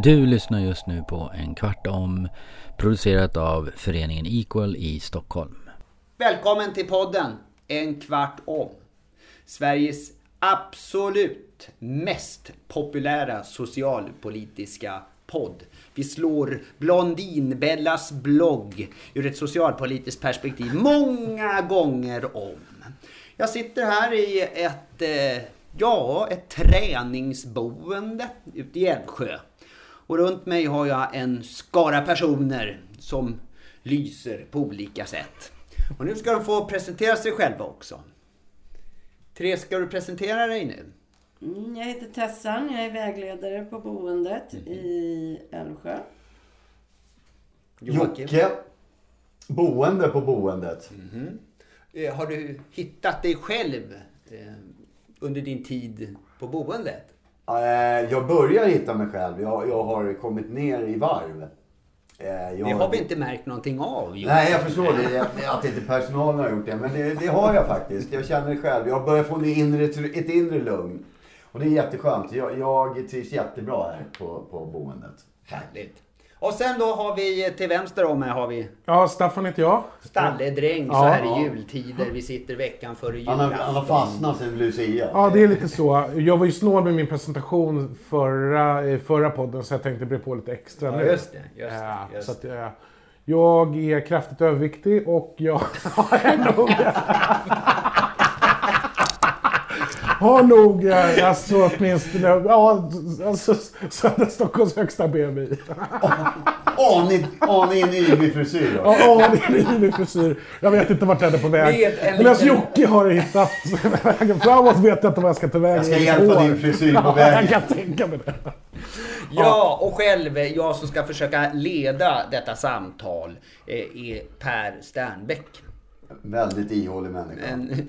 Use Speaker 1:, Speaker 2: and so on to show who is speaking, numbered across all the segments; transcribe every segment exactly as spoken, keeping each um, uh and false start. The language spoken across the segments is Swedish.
Speaker 1: Du lyssnar just nu på En kvart om, producerat av föreningen Equal i Stockholm.
Speaker 2: Välkommen till podden En kvart om. Sveriges absolut mest populära socialpolitiska podd. Vi slår Blondinbellas blogg ur ett socialpolitiskt perspektiv många gånger om. Jag sitter här i ett, eh, ja, ett träningsboende ute i Älvsjö. Och runt mig har jag en skara personer som lyser på olika sätt. Och nu ska de få presentera sig själva också. Therese, ska du presentera dig nu?
Speaker 3: Mm, jag heter Tessan, jag är vägledare på boendet mm. i Älvsjö.
Speaker 4: Jocke, boende på boendet.
Speaker 2: Mm-hmm. Eh, har du hittat dig själv eh, under din tid på boendet?
Speaker 4: Jag börjar hitta mig själv. Jag, jag har kommit ner i varv. Jag...
Speaker 2: Det har vi inte märkt någonting av.
Speaker 4: Jo. Nej, jag förstår det. Att inte personalen har gjort det. Men det, det har jag faktiskt. Jag känner det själv. Jag börjar få en inre, ett inre lugn. Och det är jätteskönt. Jag, jag trivs jättebra här på, på boendet.
Speaker 2: Härligt. Och sen då har vi till vänster om här har vi...
Speaker 5: Ja, Staffan heter jag.
Speaker 2: Stalledräng så här ja. I jultider. Vi sitter veckan före julafton.
Speaker 4: Han har, han har fastnat sen Lucia.
Speaker 5: Ja, det är lite så. Jag var ju snål med min presentation förra, förra podden så jag tänkte bre på lite extra
Speaker 2: ja,
Speaker 5: nu.
Speaker 2: Just det, just det. Just
Speaker 5: så att jag, jag är kraftigt överviktig och jag har nog... har nog alltså åtminstone ja, alltså, Södra Stockholms högsta B M I.
Speaker 4: Aning, aning yvig frisyr.
Speaker 5: Ja, aning yvig frisyr. Jag vet inte vart jag är på väg. Men alltså Jocke har hittat vägen framåt, vet jag inte vad jag ska ta vägen.
Speaker 4: Jag ska hjälpa din frisyr på vägen.
Speaker 5: Jag kan tänka mig det.
Speaker 2: Ja, och själv, jag som ska försöka leda detta samtal är Per Sternbäck.
Speaker 4: Väldigt ihålig människa. En,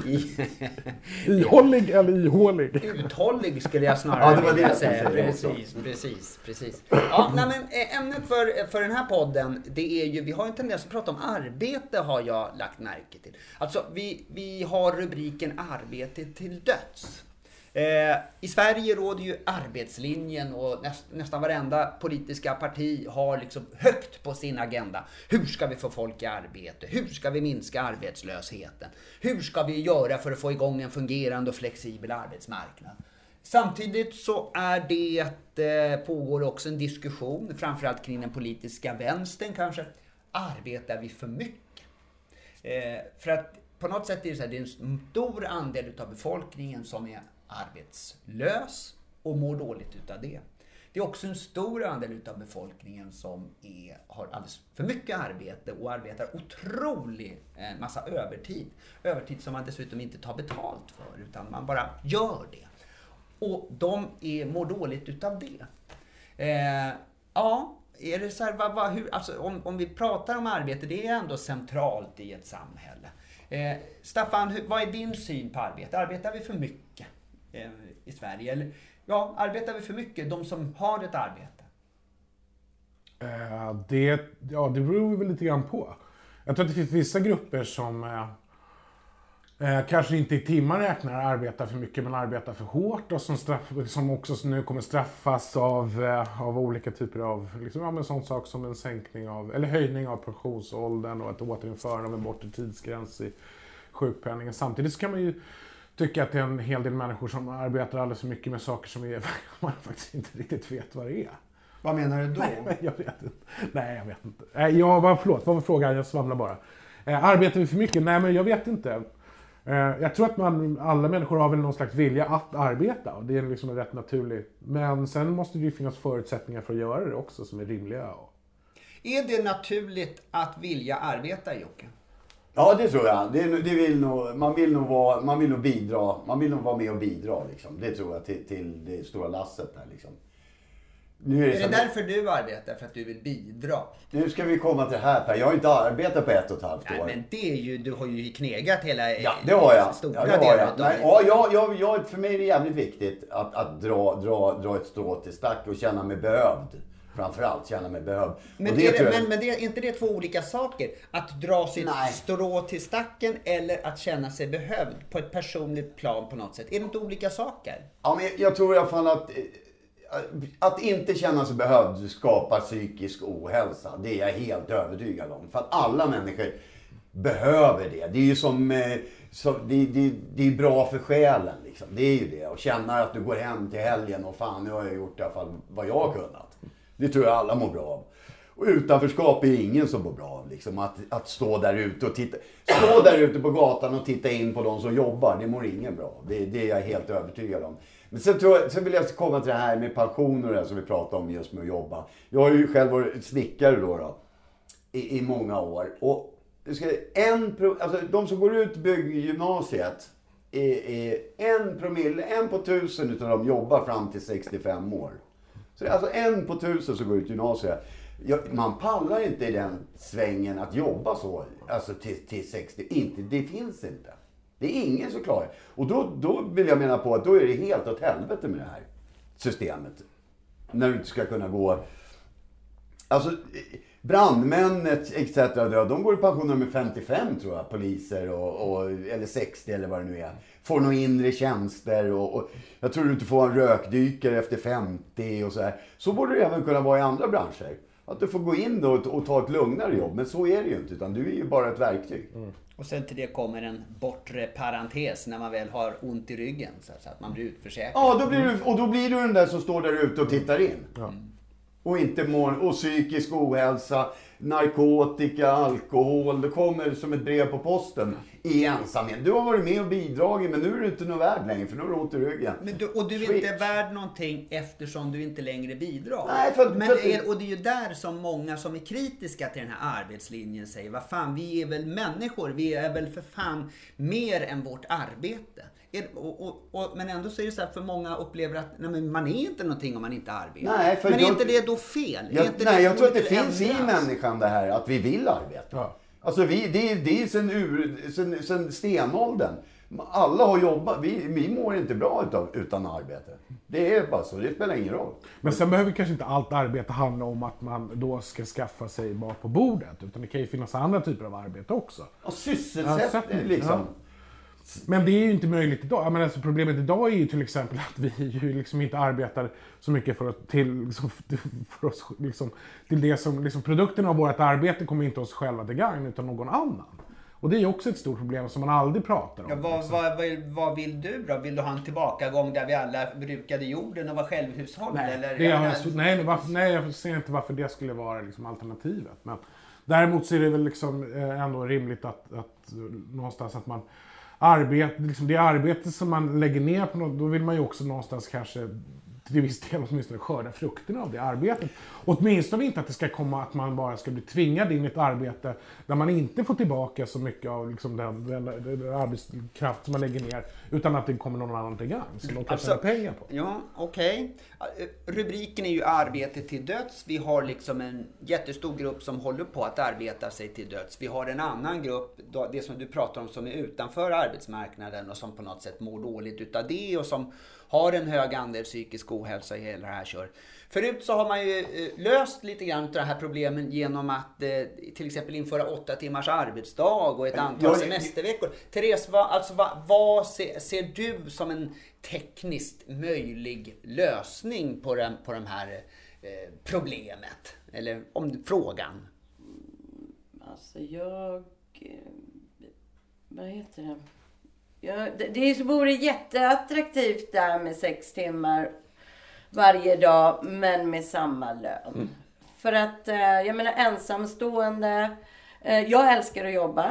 Speaker 5: ihålig eller ihålig?
Speaker 2: Uthållig skulle jag snarare
Speaker 4: ja, det var det
Speaker 2: säga. Precis, precis, precis. Ja, nej, men ämnet för, för den här podden, det är ju, vi har en tendens att prata om arbete har jag lagt märke till. Alltså, vi, vi har rubriken arbete till döds. Eh, I Sverige råder ju arbetslinjen och näst, nästan varenda politiska parti har liksom högt på sin agenda. Hur ska vi få folk i arbete? Hur ska vi minska arbetslösheten? Hur ska vi göra för att få igång en fungerande och flexibel arbetsmarknad? Samtidigt så är det, eh, pågår också en diskussion, framförallt kring den politiska vänstern kanske. Arbetar vi för mycket? Eh, för att på något sätt är det så här, det är en stor andel av befolkningen som är arbetslös och mår dåligt utav det. Det är också en stor andel utav befolkningen som är, har alldeles för mycket arbete och arbetar otrolig eh, massa övertid. Övertid som man dessutom inte tar betalt för utan man bara gör det. Och de är, mår dåligt utav det. Eh, ja, är det så här, vad, vad, hur, alltså, om, om vi pratar om arbete, det är ändå centralt i ett samhälle. Eh, Staffan, hur, vad är din syn på arbete? Arbetar vi för mycket eh, i Sverige? Eller, ja, arbetar vi för mycket, de som har ett arbete?
Speaker 5: Eh, det, ja, det beror väl lite grann på. Jag tror att det finns vissa grupper som eh, eh, kanske inte i timmar räknar arbetar för mycket men arbetar för hårt och som, straff, som också nu kommer straffas av, eh, av olika typer av liksom, ja, men sån sak som en sänkning av eller höjning av pensionsåldern och ett återinförande av en bortre tidsgräns i sjukpenningen. Samtidigt så kan man ju tycka att det är en hel del människor som arbetar alldeles för mycket med saker som är, man faktiskt inte riktigt vet vad det är.
Speaker 2: Vad menar du då?
Speaker 5: Nej, jag vet inte. Nej, jag vet inte. Nej, jag var, förlåt, vad var frågan? Jag svamlar bara. Eh, arbetar vi för mycket? Nej, men jag vet inte. Eh, jag tror att man, alla människor har väl någon slags vilja att arbeta. Och det är liksom en rätt naturlig. Men sen måste det ju finnas förutsättningar för att göra det också som är rimliga.
Speaker 2: Är det naturligt att vilja arbeta, Jocke?
Speaker 4: Ja, det tror jag. Det, det vill nog, man, vill nog vara, man vill nog bidra. Man vill nog vara med och bidra. Liksom. Det tror jag till, till det stora lasset där. Liksom. Nu är det,
Speaker 2: är det därför du arbetar? För att du vill bidra?
Speaker 4: Nu ska vi komma till det här, Per. Jag har inte arbetat på ett och ett halvt år.
Speaker 2: Nej, men det är ju, du har ju knegat hela...
Speaker 4: Ja, det har jag.
Speaker 2: Stora
Speaker 4: ja, det har jag.
Speaker 2: Nej,
Speaker 4: ja, jag, jag, jag, för mig är det jävligt viktigt att, att dra, dra, dra ett strå till stack och känna mig behövd. Framförallt känna mig behövd.
Speaker 2: Men, det är, det, men, men det är inte det två olika saker? Att dra sitt Nej. strå till stacken eller att känna sig behövd på ett personligt plan på något sätt. Är det inte olika saker?
Speaker 4: Ja, men jag tror i alla fall att... att inte känna sig behövd skapar psykisk ohälsa. Det är jag helt övertygad om. För att alla människor behöver det. Det är ju som, eh, som det, det, det är bra för själen liksom. Det är ju det. Och känna att du går hem till helgen och fan, nu har jag gjort i alla fall vad jag har kunnat. Det tror jag alla mår bra av. Och utanförskap är ingen som mår bra av. Liksom. Att, att stå där ute och titta. Stå där ute på gatan och titta in på de som jobbar. Det mår ingen bra. Det, det är jag helt övertygad om. Men sen, tror jag, sen vill jag komma till det här med pensioner och det som vi pratar om just med att jobba. Jag har ju själv varit snickare då, då i, i många år. Och det ska, en, alltså, de som går ut bygggymnasiet är, är en promille, en på tusen utav dem jobbar fram till sextiofem år. Så det är alltså en på tusen som går ut gymnasiet. Man pallar inte i den svängen att jobba så, alltså till, till sextio. Inte, det finns inte. Det är ingen som klarar. Och då, då vill jag mena på att då är det helt åt helvete med det här systemet. När du inte ska kunna gå... Alltså, brandmän et cetera. De går i pension med femtiofem tror jag. Poliser och, och, eller sextio eller vad det nu är. Får några inre tjänster och, och jag tror du inte får en rökdykare efter femtio och så här. Så borde det även kunna vara i andra branscher. Att du får gå in och, och ta ett lugnare jobb. Men så är det ju inte, utan du är ju bara ett verktyg. Mm.
Speaker 2: Och sen till det kommer en bortre parentes när man väl har ont i ryggen. Så att man blir utförsäkrad.
Speaker 4: Ja, då blir du, och då blir du den där som står där ute och tittar in.
Speaker 5: Ja.
Speaker 4: Mm. Och inte mår, och psykisk ohälsa, narkotika, alkohol. Det kommer som ett brev på posten i ensamhet. Du har varit med och bidragit, men nu är du inte någon värd längre för nu har du ont i ryggen.
Speaker 2: Men du, och du är inte värd någonting eftersom du inte längre bidrar.
Speaker 4: Nej, för,
Speaker 2: men
Speaker 4: för,
Speaker 2: är, och det är ju där som många som är kritiska till den här arbetslinjen säger, vad fan, vi är väl människor, vi är väl för fan mer än vårt arbete. Och, och, och, men ändå så är det så att för många upplever att nej, men man är inte någonting om man inte arbetar.
Speaker 4: Nej, för
Speaker 2: men är
Speaker 4: jag,
Speaker 2: inte det då fel?
Speaker 4: Jag,
Speaker 2: inte
Speaker 4: nej,
Speaker 2: det
Speaker 4: jag tror att det
Speaker 2: ändras?
Speaker 4: finns i människan det här att vi vill arbeta.
Speaker 5: Ja.
Speaker 4: Alltså vi, det, det är sen, ur, sen, sen stenåldern. Alla har jobbat. Vi, vi mår inte bra utan, utan arbete. Det är bara så. Det spelar ingen roll.
Speaker 5: Men sen behöver kanske inte allt arbete handla om att man då ska skaffa sig mat på bordet. Utan det kan ju finnas andra typer av arbete också.
Speaker 4: Och sysselsättning liksom. Ja.
Speaker 5: Men det är ju inte möjligt idag. Men alltså problemet idag är ju till exempel att vi ju liksom inte arbetar så mycket för att till, liksom, för oss, liksom, till det som liksom, produkterna av vårt arbete kommer inte oss själva till gagn utan någon annan. Och det är ju också ett stort problem som man aldrig pratar om.
Speaker 2: Ja, vad,
Speaker 5: liksom.
Speaker 2: vad, vad, vad vill du då? Vill du ha en tillbakagång där vi alla brukade jorden och var självhushåll?
Speaker 5: Nej,
Speaker 2: eller?
Speaker 5: det jag, så, nej, varför, nej, jag ser inte varför det skulle vara liksom, alternativet. Men däremot så är det väl liksom, eh, ändå rimligt att, att någonstans att man arbete, liksom det arbete som man lägger ner på något, då vill man ju också någonstans kanske till viss del åtminstone skörda frukterna av det arbetet. Åtminstone inte att det ska komma att man bara ska bli tvingad in i ett arbete där man inte får tillbaka så mycket av liksom den, den, den, den arbetskraft som man lägger ner, utan att det kommer någon annan till gagn som de kan tjäna pengar på.
Speaker 2: Ja, okej. Okay. Rubriken är ju arbete till döds. Vi har liksom en jättestor grupp som håller på att arbeta sig till döds. Vi har en annan grupp, det som du pratar om, som är utanför arbetsmarknaden och som på något sätt mår dåligt utav det och som har en hög andel psykisk ohälsa i hela det här kör. Förut så har man ju löst lite grann av de här problemen genom att till exempel införa åtta timmars arbetsdag och ett antal jag, semesterveckor. Therese, vad, alltså, vad, vad ser, ser du som en tekniskt möjlig lösning på den, på de här eh, problemet? Eller om frågan?
Speaker 3: Alltså jag... Vad heter det? Ja, det, det vore jätteattraktivt där med sex timmar varje dag, men med samma lön. Mm. För att, jag menar, ensamstående, jag älskar att jobba,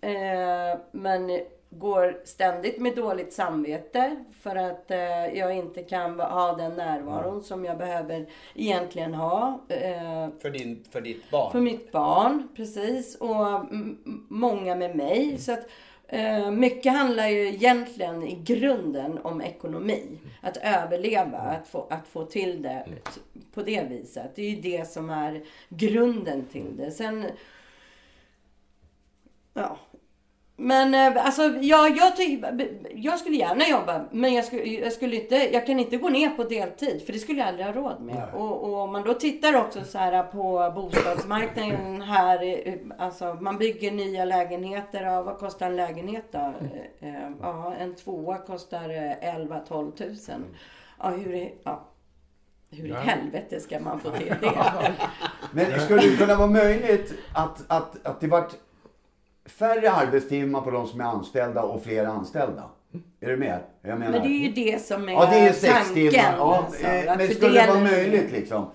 Speaker 3: men går ständigt med dåligt samvete för att jag inte kan ha den närvaron mm. som jag behöver egentligen ha.
Speaker 2: För, din, för ditt barn?
Speaker 3: För mitt barn, precis. Och m- många med mig. Så att Uh, mycket handlar ju egentligen i grunden om ekonomi. Att överleva, att få, att få till det på det viset. Det är ju det som är grunden till det. Sen, ja. Men alltså, ja, jag, ty- jag skulle gärna jobba, men jag skulle, jag skulle inte, jag kan inte gå ner på deltid, för det skulle jag aldrig ha råd med. Och, och om man då tittar också så här på bostadsmarknaden här, alltså man bygger nya lägenheter, ja, vad kostar en lägenhet då? Mm. Ja, en tvåa kostar elva till tolv tusen. Ja, hur, ja. hur
Speaker 5: Ja.
Speaker 3: i helvete ska man få till det?
Speaker 4: Men skulle det kunna vara möjligt att, att, att det vart färre arbetstimmar på de som är anställda och fler anställda? Är du med? Jag menar,
Speaker 3: Men det är ju det som är,
Speaker 4: ja, det är sex
Speaker 3: tanken.
Speaker 4: timmar. Ja,
Speaker 3: Alltså,
Speaker 4: eh,
Speaker 3: att
Speaker 4: men skulle det vara
Speaker 3: fördela-
Speaker 4: möjligt liksom?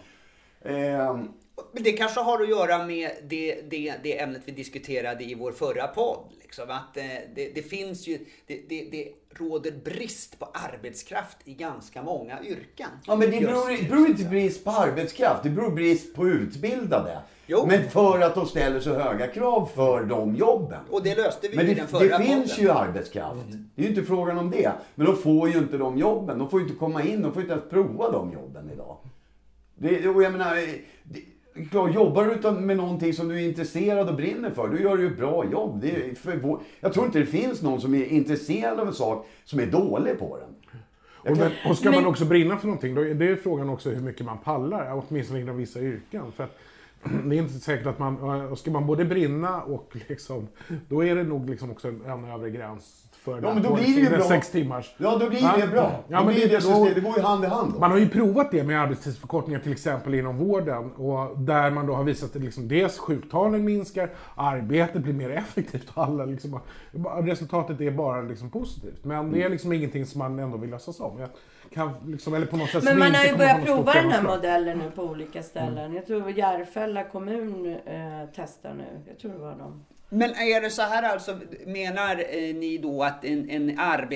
Speaker 4: Ehm,
Speaker 2: Men det kanske har att göra med det, det, det ämnet vi diskuterade i vår förra podd. Liksom, att eh, det, det finns ju, det, det, det råder brist på arbetskraft i ganska många yrken.
Speaker 4: Ja, men det
Speaker 2: Just
Speaker 4: beror,
Speaker 2: nu,
Speaker 4: det beror inte
Speaker 2: så.
Speaker 4: brist på arbetskraft. Det beror brist på utbildade.
Speaker 2: Jo.
Speaker 4: Men för att de ställer så höga krav för de jobben.
Speaker 2: Och det löste vi
Speaker 4: Men
Speaker 2: i
Speaker 4: det,
Speaker 2: den förra
Speaker 4: det
Speaker 2: podden.
Speaker 4: finns ju arbetskraft. Det är ju inte frågan om det. Men de får ju inte de jobben. De får ju inte komma in. De får inte ens prova de jobben idag. Det, och jag menar, det, klart, jobbar du utan med någonting som du är intresserad och brinner för, då gör du ju bra jobb. Det är för vår, jag tror inte det finns någon som är intresserad av en sak som är dålig på den.
Speaker 5: Och, men, och ska
Speaker 3: Men-
Speaker 5: man också brinna för någonting, då är det är frågan också hur mycket man pallar, åtminstone inom vissa yrken. För att det är inte säkert att man, och ska man både brinna och liksom, då är det nog liksom också en, en övre gräns för
Speaker 4: Ja, men då
Speaker 5: på
Speaker 4: blir det ju
Speaker 5: den
Speaker 4: bra.
Speaker 5: sex timmars.
Speaker 4: Ja, då blir
Speaker 5: Ja.
Speaker 4: det bra.
Speaker 5: Ja,
Speaker 4: då
Speaker 5: men
Speaker 4: blir
Speaker 5: det-
Speaker 4: det, system,
Speaker 5: då-
Speaker 4: det går ju hand i hand då.
Speaker 5: Man har ju provat det med arbetstidsförkortningar till exempel inom vården, och där man då har visat att liksom dels sjuktalen minskar, arbetet blir mer effektivt och alla liksom, resultatet är bara liksom positivt. Men det är liksom ingenting som man ändå vill låtsas om. Jag kan liksom, eller på något sätt
Speaker 3: Men
Speaker 5: som
Speaker 3: man
Speaker 5: inte
Speaker 3: har ju
Speaker 5: kommer
Speaker 3: börjat
Speaker 5: få något
Speaker 3: prova
Speaker 5: stort
Speaker 3: den här
Speaker 5: genomslag.
Speaker 3: modellen nu på olika ställen. Jag tror Järfälla kommun eh, testar nu. Jag tror det var de.
Speaker 2: Men är det så här alltså, menar eh, ni då att en, en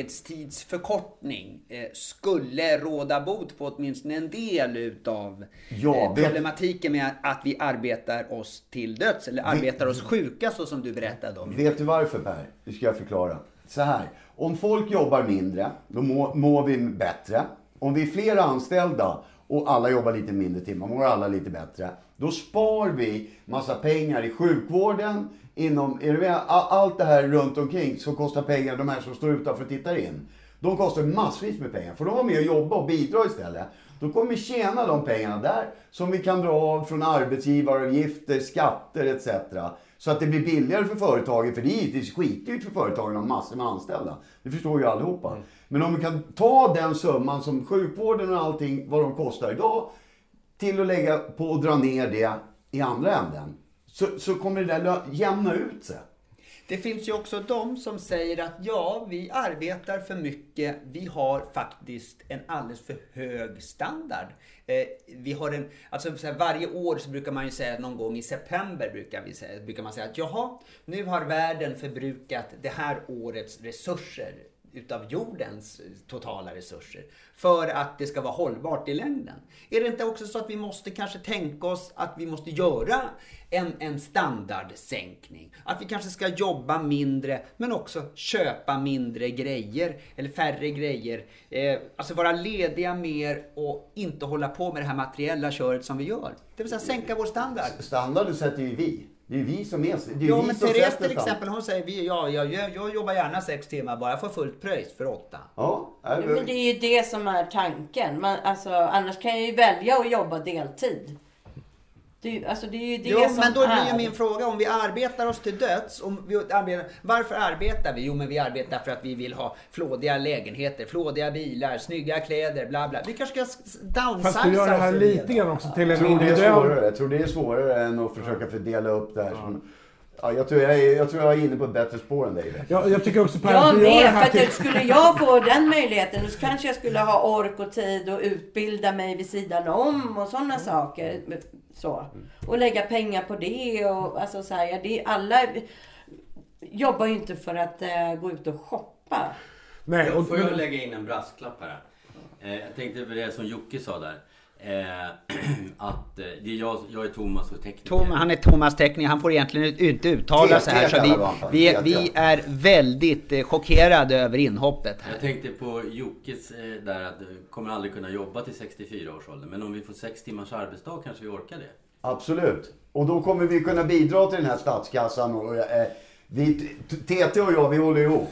Speaker 2: arbetstidsförkortning eh, skulle råda bot på åtminstone en del utav
Speaker 4: Ja,
Speaker 2: eh,
Speaker 4: vet-
Speaker 2: problematiken med att vi arbetar oss till döds eller arbetar oss sjuka så som du berättade om?
Speaker 4: Vet du varför, Per? Det ska jag förklara. Så här. Om folk jobbar mindre, då mår, mår vi bättre. Om vi är fler anställda och alla jobbar lite mindre timmar, mår alla lite bättre. Då spar vi massa pengar i sjukvården, inom, är du med? Allt det här runt omkring som kostar pengar, de här som står utanför och tittar in. De kostar massvis med pengar. För de var med och jobba och bidra istället. Då kommer vi tjäna de pengarna där som vi kan dra av från arbetsgivaravgifter, skatter et cetera. Så att det blir billigare för företagen, för det är givetvis skitdyrt för företagen och massor med anställda. Det förstår ju allihopa. Mm. Men om vi kan ta den summan som sjukvården och allting, vad de kostar idag, till att lägga på och dra ner det i andra änden. Så, så kommer det där jämna ut sig.
Speaker 2: Det finns ju också de som säger att ja, vi arbetar för mycket. Vi har faktiskt en alldeles för hög standard. Eh, vi har en, alltså så här, varje år så brukar man ju säga någon gång i september brukar, vi säga, brukar man säga att jaha, nu har världen förbrukat det här årets resurser utav jordens totala resurser för att det ska vara hållbart i längden. Är det inte också så att vi måste kanske tänka oss att vi måste göra en, en standardsänkning? Att vi kanske ska jobba mindre men också köpa mindre grejer eller färre grejer. Eh, alltså vara lediga mer och inte hålla på med det här materiella köret som vi gör. Det vill säga sänka vår standard.
Speaker 4: Standarden sätter ju vi. Det är ju vi som är... Det är
Speaker 2: Ja,
Speaker 4: vi
Speaker 2: men
Speaker 4: som
Speaker 2: Therese
Speaker 4: sätter
Speaker 2: till exempel, hon säger vi, ja, jag, jag, jag jobbar gärna sex timmar bara, jag får fullt pröjs för åtta.
Speaker 4: Ja,
Speaker 3: Ja, men det är ju det som är tanken. Man, alltså, annars kan jag ju välja att jobba deltid. Det, är- alltså, det är ju det
Speaker 2: Jo,
Speaker 3: som
Speaker 2: men då blir
Speaker 3: är.
Speaker 2: ju min fråga, om vi arbetar oss till döds, om vi arbetar, varför arbetar vi? Jo, men vi arbetar för att vi vill ha flådiga lägenheter, flådiga bilar, snygga kläder, bla bla. Vi kanske ska downsiza.
Speaker 5: Fast du gör det här
Speaker 2: oss
Speaker 5: lite
Speaker 2: del.
Speaker 5: grann också till en
Speaker 4: Jag tror, det är
Speaker 5: individuell...
Speaker 4: svårare. jag tror det är svårare än att försöka fördela upp det här. Som, ja, jag, tror jag, är, jag tror jag är inne på ett bättre spår än dig.
Speaker 5: Ja, jag tycker också Per,
Speaker 3: Jag
Speaker 5: att du gör det
Speaker 3: med, för
Speaker 5: här
Speaker 3: att
Speaker 5: till...
Speaker 3: jag, skulle jag få den möjligheten så kanske jag skulle ha ork och tid och utbilda mig vid sidan om och sådana saker. Så. Och lägga pengar på det. Och, alltså, så här, ja, det alla jobbar ju inte för att uh, gå ut och shoppa.
Speaker 5: Nej, och,
Speaker 6: Får jag lägga in en brasklapp här? Eh, jag tänkte på det som Jocke sa där. Eh, att eh, det är jag, jag är Thomas och tekniker.
Speaker 2: Tom, han är Thomas tekniker, han får egentligen inte uttala sig här, så vi, vi, vi är väldigt eh, chockerade över inhoppet här.
Speaker 6: Jag tänkte på Jockes eh, där att du kommer aldrig kunna jobba till sextiofyra års ålder. Men om vi får sex timmars arbetsdag kanske vi orkar det.
Speaker 4: Absolut. Och då kommer vi kunna bidra till den här statskassan. Och, eh, vi, T T och jag, vi håller ihop.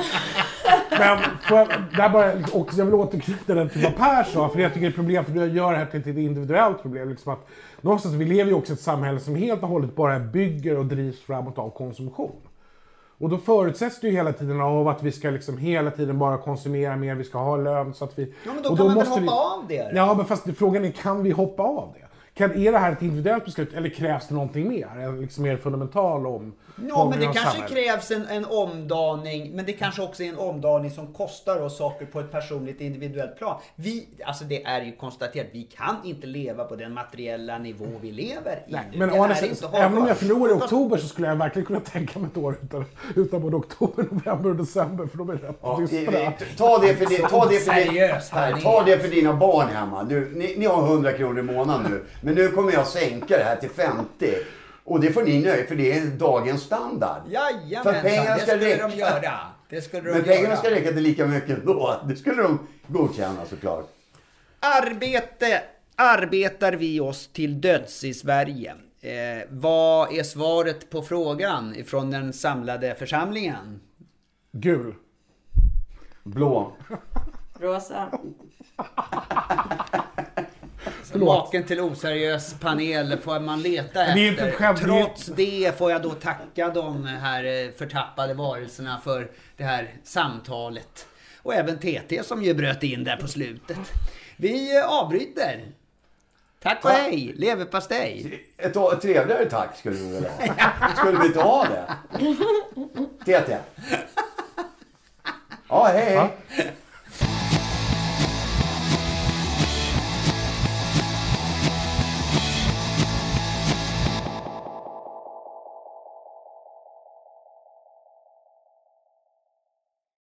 Speaker 5: Men för jag, där bara, och jag vill återknyta den till vad Per sa, för jag tycker det är ett problem, för du gör det här till ett individuellt problem. Liksom att, någonstans, vi lever ju också i ett samhälle som helt och hållet bara bygger och drivs framåt av konsumtion. Och då förutsätts det ju hela tiden av att vi ska liksom hela tiden bara konsumera mer, vi ska ha lön så att vi...
Speaker 2: Ja, men då
Speaker 5: och
Speaker 2: kan
Speaker 5: då
Speaker 2: man väl
Speaker 5: måste
Speaker 2: hoppa
Speaker 5: vi,
Speaker 2: av det?
Speaker 5: Ja, men fast frågan är, kan vi hoppa av det? Kan, är det här ett individuellt beslut eller krävs det någonting mer? En liksom mer fundamental om...
Speaker 2: Ja, men det kanske krävs en, en omdaning, men det kanske också är en omdaning som kostar oss saker på ett personligt individuellt plan. Vi, alltså det är ju konstaterat, vi kan inte leva på den materiella nivå vi lever i.
Speaker 5: Nej,
Speaker 2: nu.
Speaker 5: men
Speaker 2: Det
Speaker 5: å
Speaker 2: är
Speaker 5: andra
Speaker 2: inte
Speaker 5: sidan,
Speaker 2: hållbart.
Speaker 5: även om jag förlorar i oktober så skulle jag verkligen kunna tänka mig ett år utan, utan både oktober, november och december för de är rätt
Speaker 4: Ja,
Speaker 5: dystra.
Speaker 4: i- i- ta det för, det, ta det för,
Speaker 2: Seriös,
Speaker 4: det,
Speaker 2: han är.
Speaker 4: ta det för dina barn hemma. Du, ni, ni har hundra kronor i månaden nu. Men nu kommer jag sänka det här till femtio. Och det får ni nöja för det är dagens standard. För
Speaker 2: Jajamensan,
Speaker 4: pengarna
Speaker 2: det
Speaker 4: ska
Speaker 2: skulle
Speaker 4: räcka.
Speaker 2: de göra. Det skulle de
Speaker 4: Men pengarna
Speaker 2: göra.
Speaker 4: ska räcka till lika mycket ändå. Det skulle de godkänna såklart.
Speaker 2: Arbete, arbetar vi oss till döds i Sverige? Eh, vad är svaret på frågan ifrån den samlade församlingen?
Speaker 5: Gul.
Speaker 4: Blå.
Speaker 3: Rosa.
Speaker 2: Maken till oseriös panel får man leta
Speaker 5: är inte
Speaker 2: efter.
Speaker 5: ett skämt, det är-
Speaker 2: Trots det får jag då tacka de här eh, förtappade varelserna för det här samtalet. Och även T T som ju bröt in där på slutet. Vi eh, avbryter. Tack och
Speaker 4: Ja.
Speaker 2: hej, leverpastej.
Speaker 4: Ett, ett trevligare tack skulle vi vilja ha. Skulle vi inte ha det? T T. Ja, hej hej.
Speaker 5: Ja.